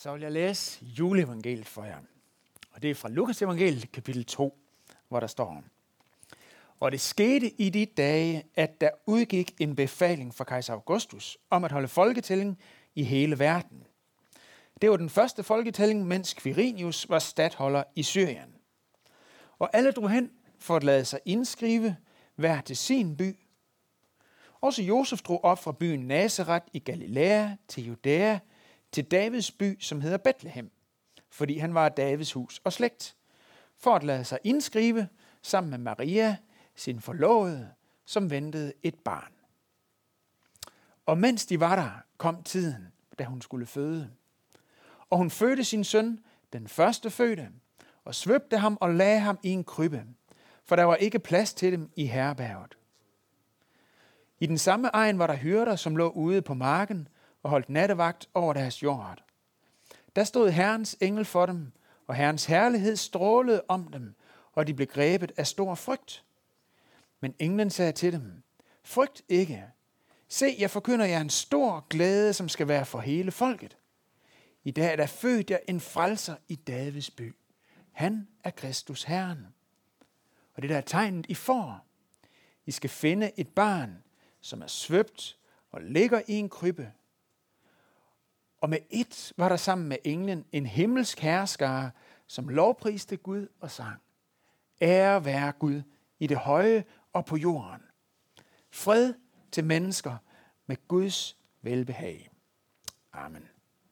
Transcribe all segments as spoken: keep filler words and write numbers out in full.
Så vil jeg læse juleevangeliet for jer. Og det er fra Lukas evangeliet, kapitel to, hvor der står: Og det skete i de dage, at der udgik en befaling fra kejser Augustus om at holde folketælling i hele verden. Det var den første folketælling, mens Quirinius var statholder i Syrien. Og alle drog hen for at lade sig indskrive, hver til sin by. Også Josef drog op fra byen Nazareth i Galilea til Judæa, til Davids by, som hedder Bethlehem, fordi han var af Davids hus og slægt, for at lade sig indskrive sammen med Maria, sin forlovede, som ventede et barn. Og mens de var der, kom tiden, da hun skulle føde. Og hun fødte sin søn, den første fødte, og svøbte ham og lagde ham i en krybbe, for der var ikke plads til dem i herberget. I den samme egen var der hyrder, som lå ude på marken og holdt nattevagt over deres jord. Der stod Herrens engel for dem, og Herrens herlighed strålede om dem, og de blev grebet af stor frygt. Men englen sagde til dem: Frygt ikke. Se, jeg forkynder jer en stor glæde, som skal være for hele folket. I dag er der født jer en frelser i Davids by. Han er Kristus Herren. Og det der er tegnet, I får. I skal finde et barn, som er svøbt og ligger i en krybbe. Og med et var der sammen med englen en himmelsk herskare, som lovpriste Gud og sang: Ære være Gud i det høje og på jorden. Fred til mennesker med Guds velbehag. Amen.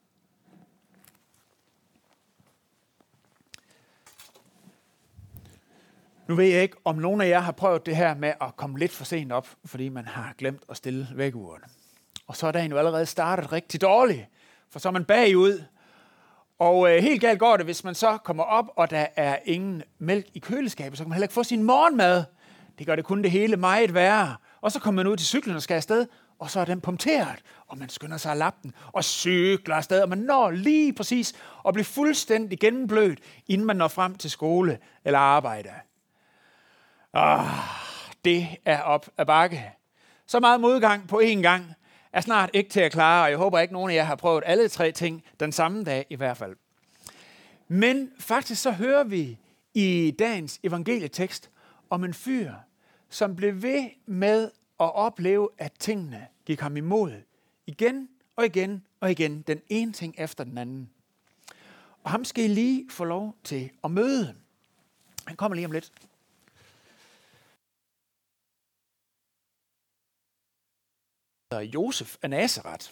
Nu ved jeg ikke, om nogen af jer har prøvet det her med at komme lidt for sent op, fordi man har glemt at stille vækkeuret. Og så er dagen jo allerede startet rigtig dårligt, for så er man bagud. Og øh, helt galt går det, hvis man så kommer op, og der er ingen mælk i køleskabet, så kan man heller ikke få sin morgenmad. Det gør det kun det hele meget værre. Og så kommer man ud til cyklen og skal afsted, og så er den punkteret, og man skynder sig at lappe den, og cykler afsted, og man når lige præcis at blive fuldstændig gennemblødt, inden man når frem til skole eller arbejde. Ah, det er op ad bakke. Så meget modgang på én gang er snart ikke til at klare, og jeg håber ikke, nogen af jer har prøvet alle tre ting den samme dag i hvert fald. Men faktisk så hører vi i dagens evangelietekst om en fyr, som blev ved med at opleve, at tingene gik ham imod. Igen og igen og igen, den ene ting efter den anden. Og ham skal I lige få lov til at møde. Han kommer lige om lidt. Josef af Nazareth.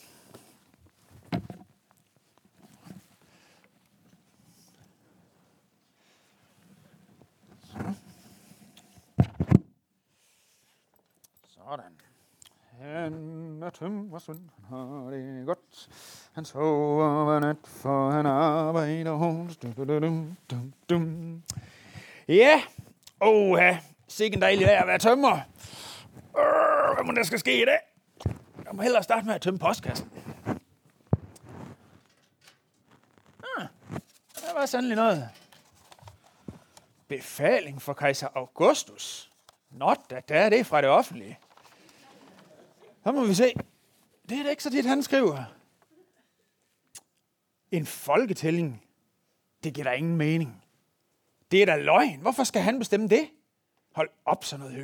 Sådan. Han er tømmer søn, han har det godt. Han sover hver nat, for han arbejder hårdt. Ja, åh, sikke dejligt af at være tømmer. Øh, hvad må der skal ske i dag? Jeg må hellere starte med at tømme postkassen. Ah, der var sandelig noget. Befaling for kejser Augustus. Nå, da, der er det fra det offentlige. Så må vi se. Det er da ikke så tit, han skriver. En folketælling. Det giver da ingen mening. Det er da løgn. Hvorfor skal han bestemme det? Hold op, sådan noget hø.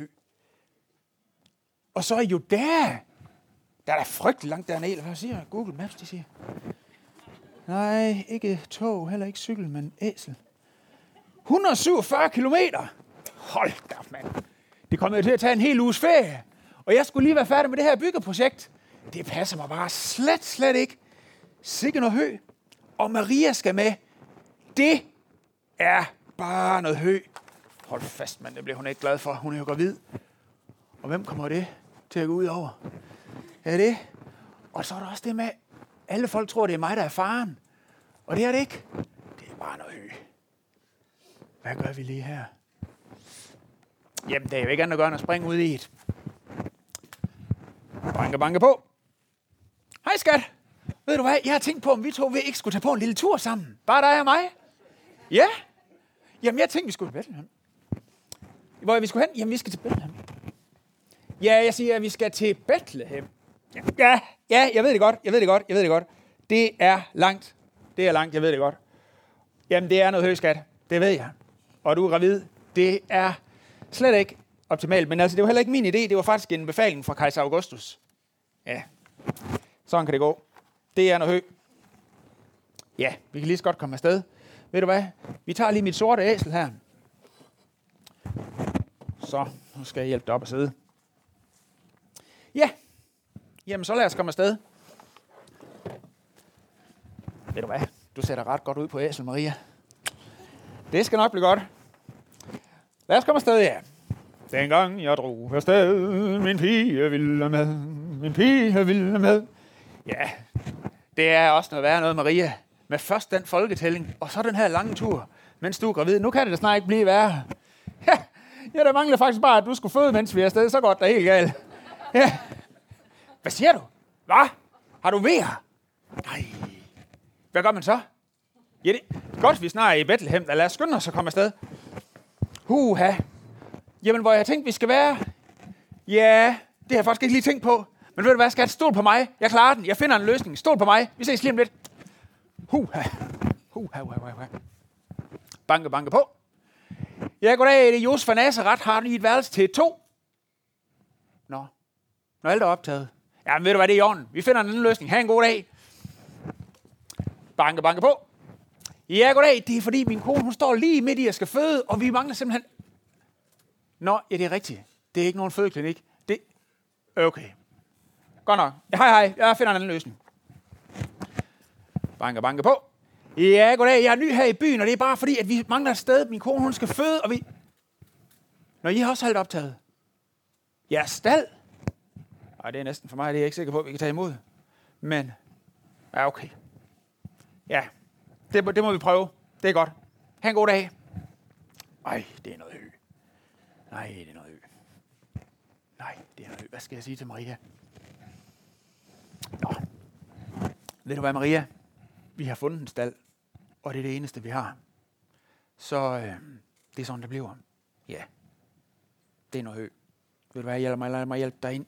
Og så er Judæa. Der er da frygtelig langt dernede. Hvad siger Google Maps, de siger? Nej, ikke tog, heller ikke cykel, men æsel. et hundrede og syvogfyrre kilometer. Hold da, mand. Det kommer jo til at tage en hel uges ferie. Og jeg skulle lige være færdig med det her byggeprojekt. Det passer mig bare slet, slet ikke. Sikke noget hø. Og Maria skal med. Det er bare noget hø. Hold fast, mand. Det bliver hun ikke glad for. Hun er jo gravid. Og hvem kommer det til at gå ud over? Er det? Og så er der også det med, alle folk tror, det er mig, der er faren. Og det er det ikke. Det er bare noget hø. Hvad gør vi lige her? Jamen, det er jo ikke andet at gøre, end at springe ud i et. Banke, banke på. Hej, skat. Ved du hvad? Jeg har tænkt på, om vi to vi ikke skulle tage på en lille tur sammen. Bare dig og mig. Ja. Jamen, jeg tænkte, vi skulle til Bethlehem. Hvor er vi skulle hen? Jamen, vi skal til Bethlehem. Ja, jeg siger, at vi skal til Bethlehem. Ja, ja, jeg ved det godt, jeg ved det godt, jeg ved det godt. Det er langt. det er langt, jeg ved det godt. Jamen, det er noget høj, skat. Det ved jeg. Og du er gravid. Det er slet ikke optimalt. Men altså, det var heller ikke min idé. Det var faktisk en befaling fra kejser Augustus. Ja, sådan kan det gå. Det er noget høj. Ja, vi kan lige så godt komme afsted. Ved du hvad? Vi tager lige mit sorte æsel her. Så, nu skal jeg hjælpe dig op at sidde. Ja, jamen så lad os komme afsted. Ved du hvad? Du ser da ret godt ud på æsel, Maria. Det skal nok blive godt. Lad os komme afsted, ja. Dengang jeg drog afsted, min pige ville med, min pige ville med. Ja, det er også noget værre noget, Maria. Med først den folketælling, og så den her lange tur, mens du er gravid. Nu kan det da snart ikke blive værre. Ja, ja, der mangler faktisk bare, at du skulle føde, mens vi er afsted. Så godt, det er helt galt. Ja. Hvad siger du? Hvad? Har du vejer? Nej. Hvad gør man så? Ja, det er godt, vi snart er i Bethlehem. Lad os skynde os at komme afsted. Huha. Jamen, hvor jeg tænkte, vi skal være? Ja, det har jeg faktisk ikke lige tænkt på. Men ved du hvad, skat? Stol på mig. Jeg klarer den. Jeg finder en løsning. Stol på mig. Vi ses lige om lidt. Huha. Huha, huha, huha. Banke, banke på. Ja, goddag. Det er Josef af Nazaret. Har du et værelse til to? Nå. Nå, alt er optaget. Jamen, ved du hvad, det er i orden. Vi finder en anden løsning. Ha' en god dag. Banke, banke på. Ja, goddag. Det er fordi min kone, hun står lige midt i at skal føde, og vi mangler simpelthen... Nå, ja, det er rigtigt. Det er ikke nogen fødeklinik. Det... Okay. Godt nok. Ja, hej, hej. Jeg finder en anden løsning. Banke, banke på. Ja, goddag. Jeg er ny her i byen, og det er bare fordi, at vi mangler et sted. Min kone, hun skal føde, og vi... Nå, I har også holdt optaget. Ja, stald. Ej, det er næsten for mig. Det er jeg ikke sikker på, at vi kan tage imod. Men... Ja, okay. Ja, det, det må vi prøve. Det er godt. Ha' en god dag. Ej, det er noget hø. Nej, det er noget hø. Nej, det er noget hø. Hvad skal jeg sige til Maria? Nå. Ved du hvad, Maria? Vi har fundet en stald, og det er det eneste, vi har. Så øh, det er sådan, det bliver. Ja, det er noget hø. Ved du hvad, hjælp mig, lad mig hjælpe dig ind.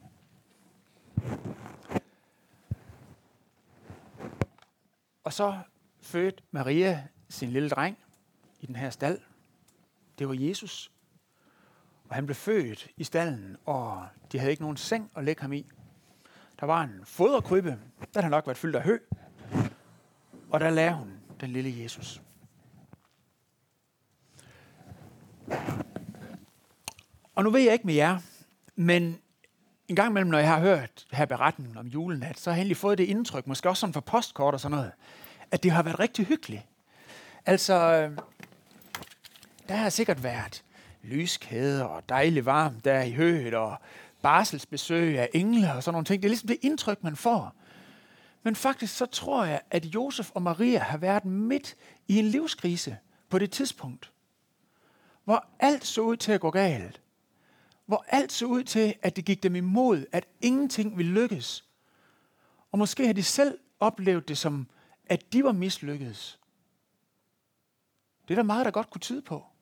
Og så fødte Maria sin lille dreng i den her stald. Det var Jesus. Og han blev født i stallen, og de havde ikke nogen seng at lægge ham i. Der var en foderkrybbe, der havde nok været fyldt af hø. Og der lagde hun den lille Jesus. Og nu ved jeg ikke med jer, men en gang imellem, når jeg har hørt her beretningen om julenat, så har jeg egentlig fået det indtryk, måske også sådan fra postkort og sådan noget, at det har været rigtig hyggeligt. Altså, der har sikkert været lyskæder og dejligt varmt der i høet og barselsbesøg af engle og sådan nogle ting. Det er ligesom det indtryk, man får. Men faktisk så tror jeg, at Josef og Maria har været midt i en livskrise på det tidspunkt, hvor alt så ud til at gå galt. Hvor alt så ud til, at det gik dem imod, at ingenting ville lykkes. Og måske har de selv oplevet det som, at de var mislykkedes. Det er der meget, der godt kunne tyde på.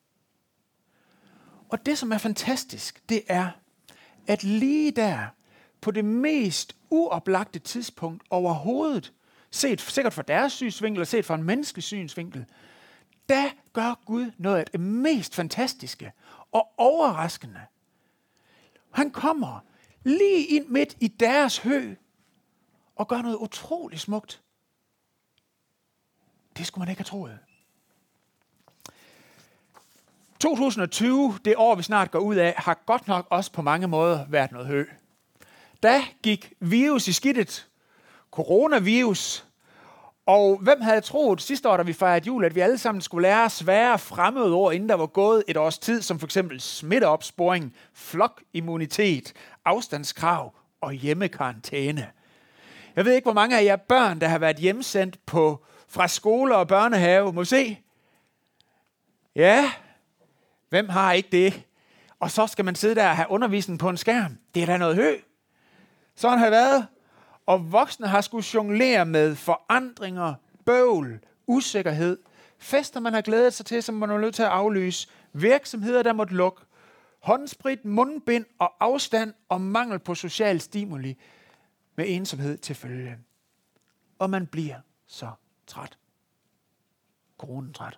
Og det, som er fantastisk, det er, at lige der, på det mest uoplagte tidspunkt overhovedet, set sikkert fra deres synsvinkel, og set fra en menneskelig synsvinkel, der gør Gud noget af det mest fantastiske og overraskende. Han kommer lige ind midt i deres hø og gør noget utroligt smukt. Det skulle man ikke have troet. to tusind og tyve, det år vi snart går ud af, har godt nok også på mange måder været noget hø. Da gik virus i skidtet, coronavirus, og hvem havde troet sidste år, da vi fejrede jul, at vi alle sammen skulle lære svære fremmede ord, inden der var gået et års tid, som for eksempel smitteopsporing, flokimmunitet, afstandskrav og hjemmekarantæne. Jeg ved ikke, hvor mange af jer børn, der har været hjemsendt på, fra skole og børnehave, må se. Ja, hvem har ikke det? Og så skal man sidde der og have undervisning på en skærm. Det er da noget hø. Sådan har det været. Og voksne har skulle jonglere med forandringer, bøvl, usikkerhed. Fester, man har glædet sig til, som man er nødt til at aflyse. Virksomheder, der måtte lukke. Håndsprit, mundbind og afstand og mangel på social stimuli med ensomhed til følge. Og man bliver så træt. coronatræt.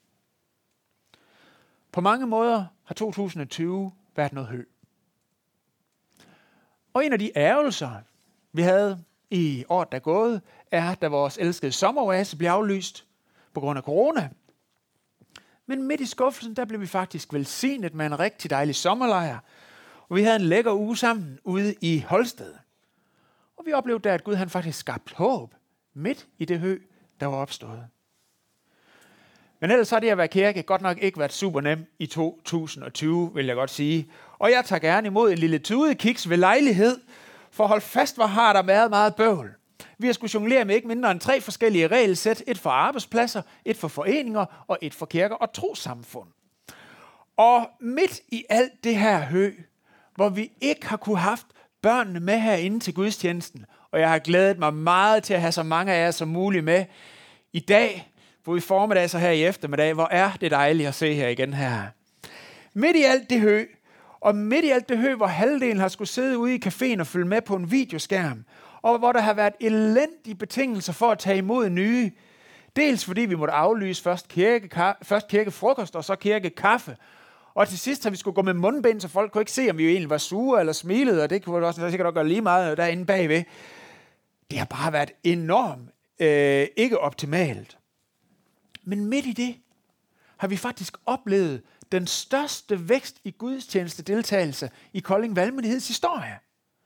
På mange måder har to tusind og tyve været noget hø. Og en af de ærgelser, vi havde i året, der er gået, er, da vores elskede sommeroase blev aflyst på grund af corona. Men midt i skuffelsen, der blev vi faktisk velsignet med en rigtig dejlig sommerlejr. Og vi havde en lækker uge sammen ude i Holsted. Og vi oplevede der, at Gud han faktisk skabte håb midt i det hø, der var opstået. Men ellers har det at være kirke godt nok ikke været super nemt i to tusind og tyve, vil jeg godt sige. Og jeg tager gerne imod en lille tudekiks ved lejlighed, for hold fast, hvor har der været meget bøvl. Vi har skulle jonglere med ikke mindre end tre forskellige regelsæt. Et for arbejdspladser, et for foreninger og et for kirker og trossamfund. Og midt i alt det her hø, hvor vi ikke har kunne haft børnene med herinde til gudstjenesten, og jeg har glædet mig meget til at have så mange af jer som muligt med i dag, både i formiddag så her i eftermiddag. Hvor er det dejligt at se her igen her. Midt i alt det hø, og midt i alt det hø, hvor halvdelen har skulle sidde ude i caféen og følge med på en videoskærm, og hvor der har været elendige betingelser for at tage imod nye. Dels fordi vi måtte aflyse først, kirke, først kirkefrokost og så kirkekaffe. Og til sidst har vi skulle gå med mundbind, så folk kunne ikke se, om vi jo egentlig var sure eller smilede, og det kunne også sikkert også gøre lige meget derinde bagved. Det har bare været enormt øh, ikke optimalt. Men midt i det har vi faktisk oplevet den største vækst i gudstjeneste deltagelse i Kolding Valgmenigheds historie.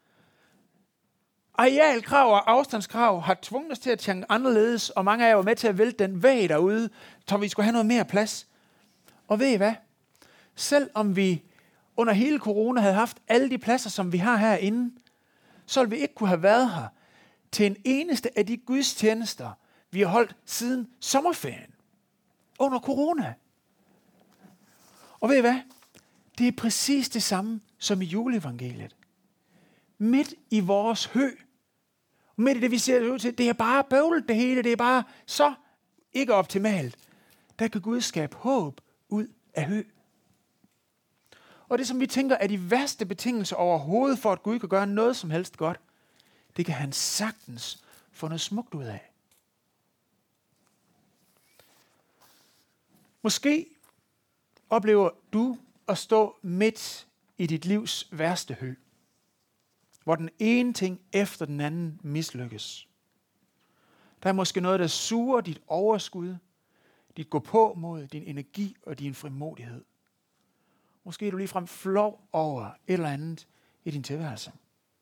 Arealkrav og afstandskrav har tvunget os til at tænke anderledes, og mange af jer var med til at vælte den væg derude, så vi skulle have noget mere plads. Og ved I hvad? Selvom om vi under hele corona havde haft alle de pladser, som vi har herinde, så ville vi ikke kunne have været her til en eneste af de gudstjenester, vi har holdt siden sommerferien. Under corona. Og ved I hvad? Det er præcis det samme som i juleevangeliet. Midt i vores hø, midt i det, vi ser ud til, det er bare bøvlet det hele, det er bare så ikke optimalt. Der kan Gud skabe håb ud af hø. Og det, som vi tænker er de værste betingelser overhovedet for, at Gud kan gøre noget som helst godt, det kan han sagtens få noget smukt ud af. Måske oplever du at stå midt i dit livs værste hø, hvor den ene ting efter den anden mislykkes. Der er måske noget, der suger dit overskud, dit gå på mod, din energi og din frimodighed. Måske er du ligefrem flov over et eller andet i din tilværelse.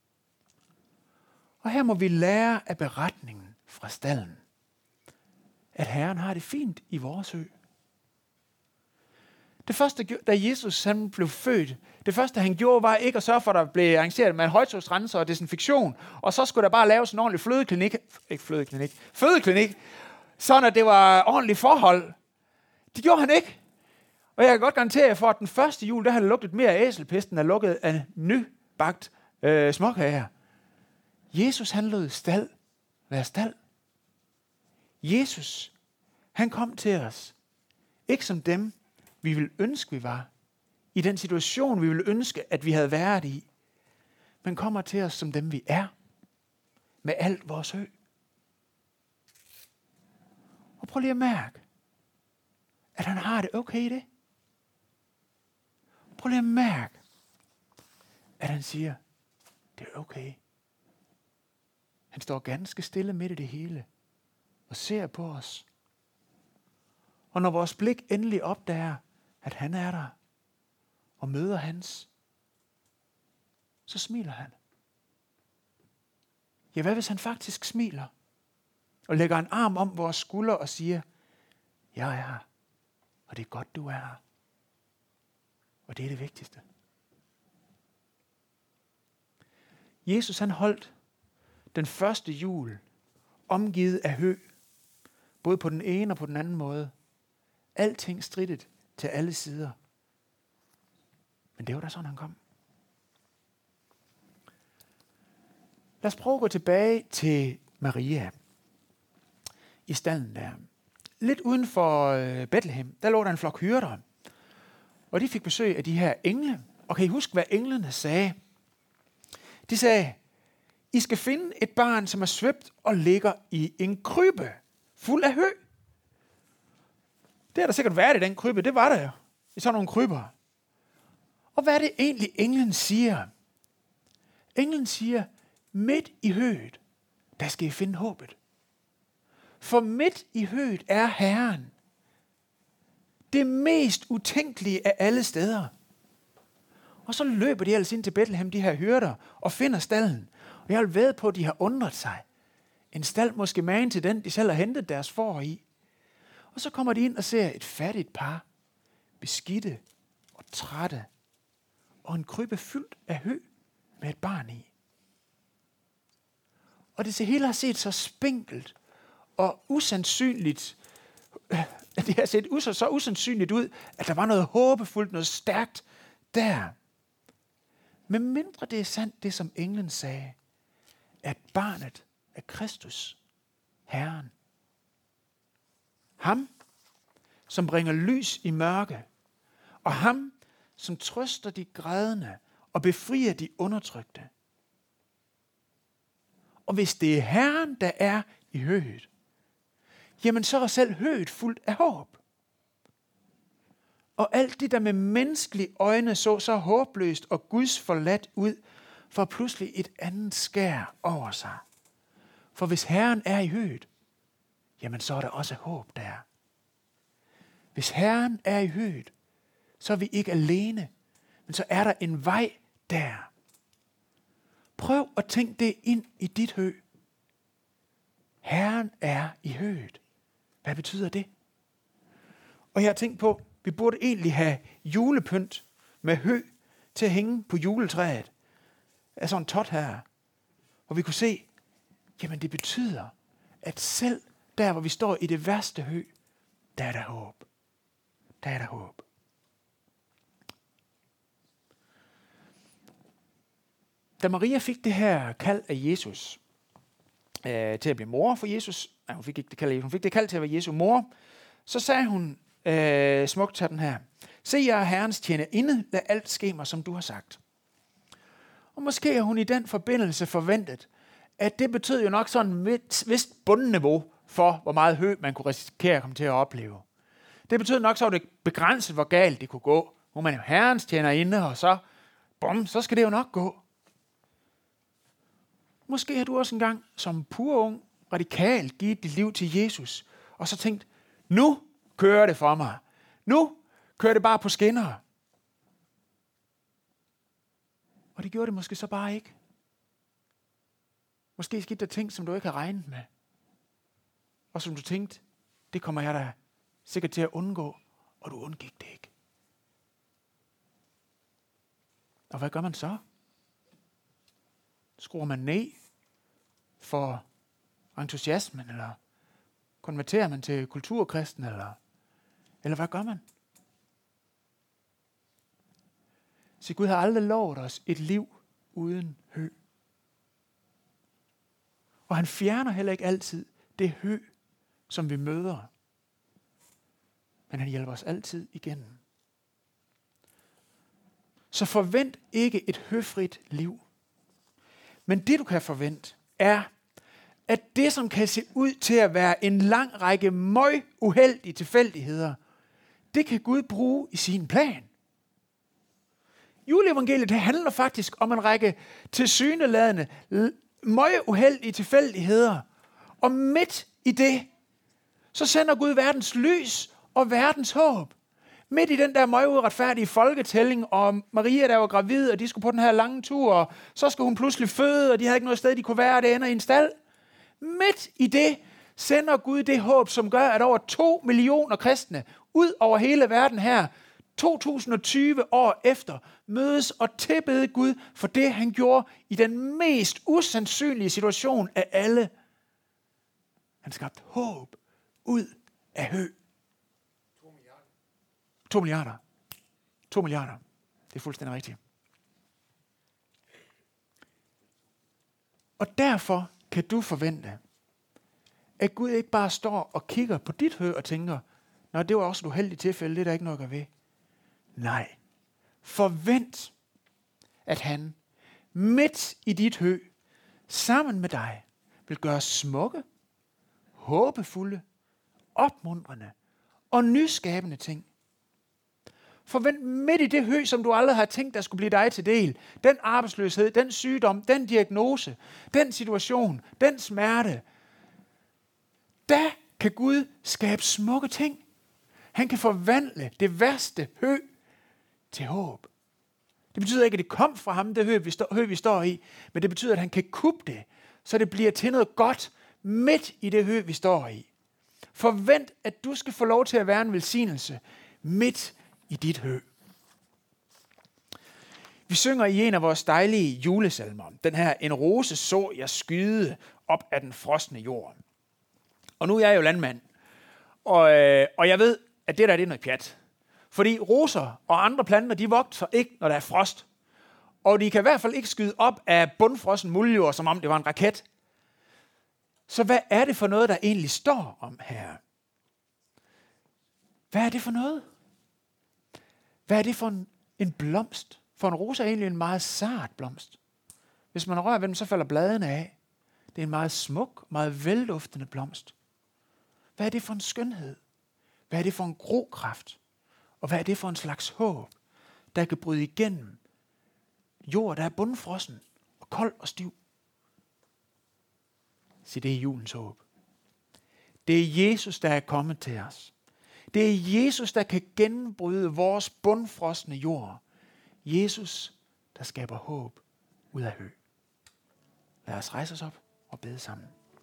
Og her må vi lære af beretningen fra stalden, at Herren har det fint i vores hø. Det første, da Jesus han blev født, det første han gjorde, var ikke at sørge for, at der blev arrangeret med højtryksrenser og desinfektion, og så skulle der bare laves en ordentlig flødeklinik, ikke flødeklinik, fødeklinik, sådan at det var ordentligt forhold. Det gjorde han ikke. Og jeg kan godt garantere jer for, at den første jul, der har lugtet mere af æselpesten, end lukket af nybagt øh, småkager. Jesus, han lod stald være stald. Jesus, han kom til os, ikke som dem, vi ville ønske, vi var. I den situation, vi ville ønske, at vi havde været i. Men kommer til os som dem, vi er. Med alt vores hø. Og prøv lige at mærke, at han har det okay i det. Prøv lige at mærke, at han siger, det er okay. Han står ganske stille midt i det hele. Og ser på os. Og når vores blik endelig opdager, at han er der, og møder hans, så smiler han. Ja, hvad hvis han faktisk smiler, og lægger en arm om vores skulder og siger, jeg er her, og det er godt, du er her. Og det er det vigtigste. Jesus han holdt den første jul, omgivet af hø, både på den ene og på den anden måde. Alting strittet til alle sider. Men det var da sådan, han kom. Lad os prøve at gå tilbage til Maria i stallen der. Lidt uden for Bethlehem, der lå der en flok hyrder. Og de fik besøg af de her engle. Og kan I huske, hvad englene sagde? De sagde, I skal finde et barn, som er svøbt og ligger i en krybbe, fuld af hø. Det har der sikkert været i den krybbe. Det var der jo. I sådan nogle krybber. Og hvad er det egentlig, englen siger? Englen siger, midt i høet, der skal I finde håbet. For midt i høet er Herren. Det mest utænkelige af alle steder. Og så løber de ellers ind til Bethlehem, de her hyrder, og finder stallen. Og jeg vil vædde på, at de har undret sig. En stald måske magen til den, de selv har hentet deres får i. Og så kommer de ind og ser et fattigt par, beskidte og trætte, og en krybbe fyldt af hø med et barn i. Og det hele har set så spinkelt og usandsynligt, det har set us- så usandsynligt ud, at der var noget håbefuldt, noget stærkt der. Men mindre det er sandt, det som englen sagde, at barnet er Kristus, Herren. Ham, som bringer lys i mørke, og ham, som trøster de grædende og befrier de undertrykte. Og hvis det er Herren, der er i høet, jamen så er selv høet fuldt af håb. Og alt det, der med menneskelige øjne så så håbløst og Guds forladt ud, får pludselig et andet skær over sig. For hvis Herren er i høet, jamen så er der også håb der. Hvis Herren er i høet, så er vi ikke alene, men så er der en vej der. Prøv at tænke det ind i dit hø. Herren er i høet. Hvad betyder det? Og jeg har tænkt på, vi burde egentlig have julepynt med hø til at hænge på juletræet. Af sådan en tot her. Hvor vi kunne se, jamen det betyder, at selv der, hvor vi står i det værste hø, der er der håb. Der er der håb. Da Maria fik det her kald af Jesus øh, til at blive mor for Jesus, nej, hun fik ikke det kald af Jesus, hun fik det kald til at være Jesu mor, så sagde hun øh, smukt til den her: se, jeg er Herrens tjenerinde, lad alt ske mig, som du har sagt. Og måske har hun i den forbindelse forventet, at det betød jo nok sådan et vist bundniveau for, hvor meget hø man kunne risikere at komme til at opleve. Det betød nok så, at det begrænset, hvor galt det kunne gå. Nu er man jo Herrens tjenerinde, og så, bum, så skal det jo nok gå. Måske har du også engang som pur ung radikalt givet dit liv til Jesus, og så tænkt, nu kører det for mig. Nu kører det bare på skinner. Og det gjorde det måske så bare ikke. Måske skete der ting, som du ikke har regnet med. Og som du tænkte, det kommer jeg da sikkert til at undgå, og du undgik det ikke. Og hvad gør man så? Skruer man ned for entusiasmen, eller konverterer man til kulturkristen, eller, eller hvad gør man? Så Gud har aldrig lovet os et liv uden hø. Og han fjerner heller ikke altid det hø, som vi møder. Men han hjælper os altid igennem. Så forvent ikke et høfrit liv. Men det du kan forvente, er, at det som kan se ud til at være en lang række møg uheldige tilfældigheder, det kan Gud bruge i sin plan. Juleevangeliet det handler faktisk om en række tilsyneladende møg uheldige tilfældigheder. Og midt i det, så sender Gud verdens lys og verdens håb. Midt i den der møguretfærdige folketælling om Maria, der var gravid, og de skulle på den her lange tur, og så skulle hun pludselig føde, og de havde ikke noget sted, de kunne være, og det ender i en stald. Midt i det sender Gud det håb, som gør, at over to millioner kristne ud over hele verden her, to tusind og tyve år efter, mødes og tilbede Gud for det, han gjorde i den mest usandsynlige situation af alle. Han skabte håb ud af hø. To milliarder. To milliarder. Det er fuldstændig rigtigt. Og derfor kan du forvente, at Gud ikke bare står og kigger på dit hø og tænker, nå, det var også et uheldigt tilfælde, det er der ikke noget at gøre ved. Nej. Forvent, at han midt i dit hø, sammen med dig, vil gøre smukke, håbefulde, opmuntrende og nyskabende ting. Forvent midt i det hø, som du aldrig har tænkt, der skulle blive dig til del. Den arbejdsløshed, den sygdom, den diagnose, den situation, den smerte. Der kan Gud skabe smukke ting. Han kan forvandle det værste hø til håb. Det betyder ikke, at det kom fra ham, det hø vi, står, hø, vi står i, men det betyder, at han kan kuppe det, så det bliver til noget godt midt i det hø, vi står i. Forvent, at du skal få lov til at være en velsignelse midt i dit hø. Vi synger i en af vores dejlige julesalmer, den her En rose så jeg skyde op af den frosne jord. Og nu er jeg jo landmand, og, øh, og jeg ved, at det der det er noget pjat. Fordi roser og andre planter, de vokser ikke, når der er frost. Og de kan i hvert fald ikke skyde op af bundfrossen muldjord, som om det var en raket. Så hvad er det for noget, der egentlig står om her? Hvad er det for noget? Hvad er det for en, en blomst? For en rose er egentlig en meget sart blomst. Hvis man rører ved dem, så falder bladene af. Det er en meget smuk, meget velduftende blomst. Hvad er det for en skønhed? Hvad er det for en grokraft? Og hvad er det for en slags håb, der kan bryde igennem jord, der er bundfrossen og kold og stiv? Så det er julens håb. Det er Jesus, der er kommet til os. Det er Jesus, der kan gennembryde vores bundfrosne jord. Jesus, der skaber håb ud af hø. Lad os rejse os op og bede sammen.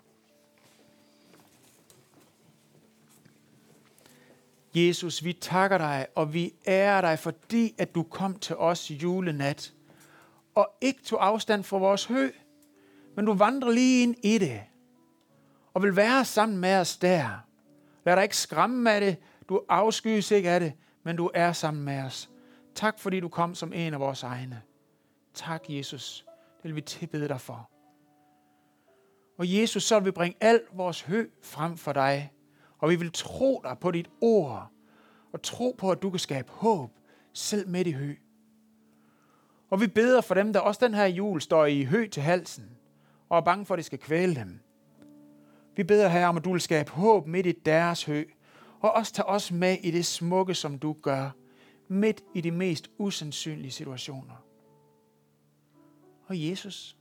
Jesus, vi takker dig, og vi ærer dig, fordi at du kom til os julenat, og ikke tog afstand fra vores hø, men du vandrer lige ind i det, og vil være sammen med os der. Lad dig ikke skræmme af det, du afskys ikke af det, men du er sammen med os. Tak, fordi du kom som en af vores egne. Tak, Jesus. Det vil vi tilbede dig for. Og Jesus, så vil vi bringe al vores hø frem for dig, og vi vil tro dig på dit ord, og tro på, at du kan skabe håb, selv midt i hø. Og vi beder for dem, der også den her jul står i hø til halsen, og er bange for, at det skal kvæle dem. Vi beder her om, at du vil skabe håb midt i deres hø, og også tage os med i det smukke, som du gør, midt i de mest usandsynlige situationer. Og Jesus,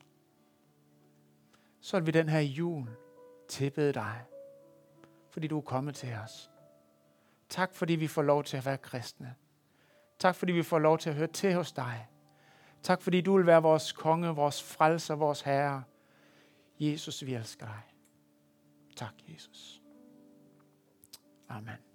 så vil vi den her jul tilbede dig, fordi du er kommet til os. Tak, fordi vi får lov til at være kristne. Tak, fordi vi får lov til at høre til hos dig. Tak, fordi du vil være vores konge, vores frelser, vores herre. Jesus, vi elsker dig. Tak, Jesus. Amen.